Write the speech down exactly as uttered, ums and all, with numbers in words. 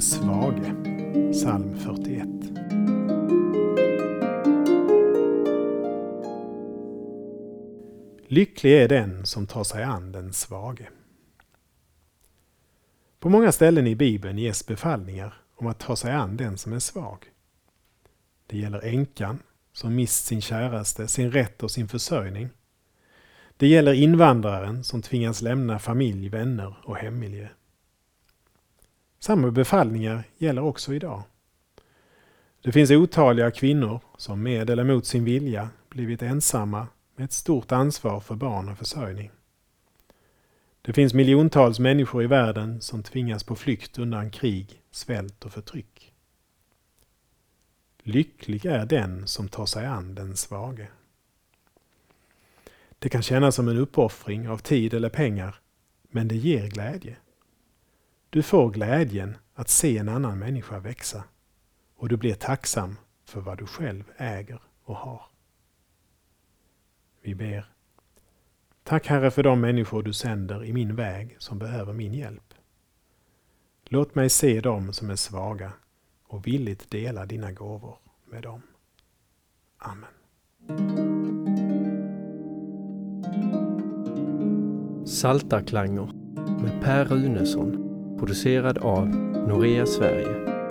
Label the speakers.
Speaker 1: svage. Psalm fyrtioett. Lycklig är den som tar sig an den svage. På många ställen i Bibeln ges befallningar om att ta sig an den som är svag. Det gäller änkan som mist sin käraste, sin rätt och sin försörjning. Det gäller invandraren som tvingas lämna familj, vänner och hemmiljö. Samma befallningar gäller också idag. Det finns otaliga kvinnor som med eller mot sin vilja blivit ensamma med ett stort ansvar för barn och försörjning. Det finns miljontals människor i världen som tvingas på flykt undan krig, svält och förtryck. Lycklig är den som tar sig an den svage. Det kan kännas som en uppoffring av tid eller pengar, men det ger glädje. Du får glädjen att se en annan människa växa, och du blir tacksam för vad du själv äger och har. Vi ber. Tack Herre för de människor du sänder i min väg som behöver min hjälp. Låt mig se dem som är svaga och villigt dela dina gåvor med dem. Amen.
Speaker 2: Saltarklanger med Per Runesson, producerad av Norea Sverige.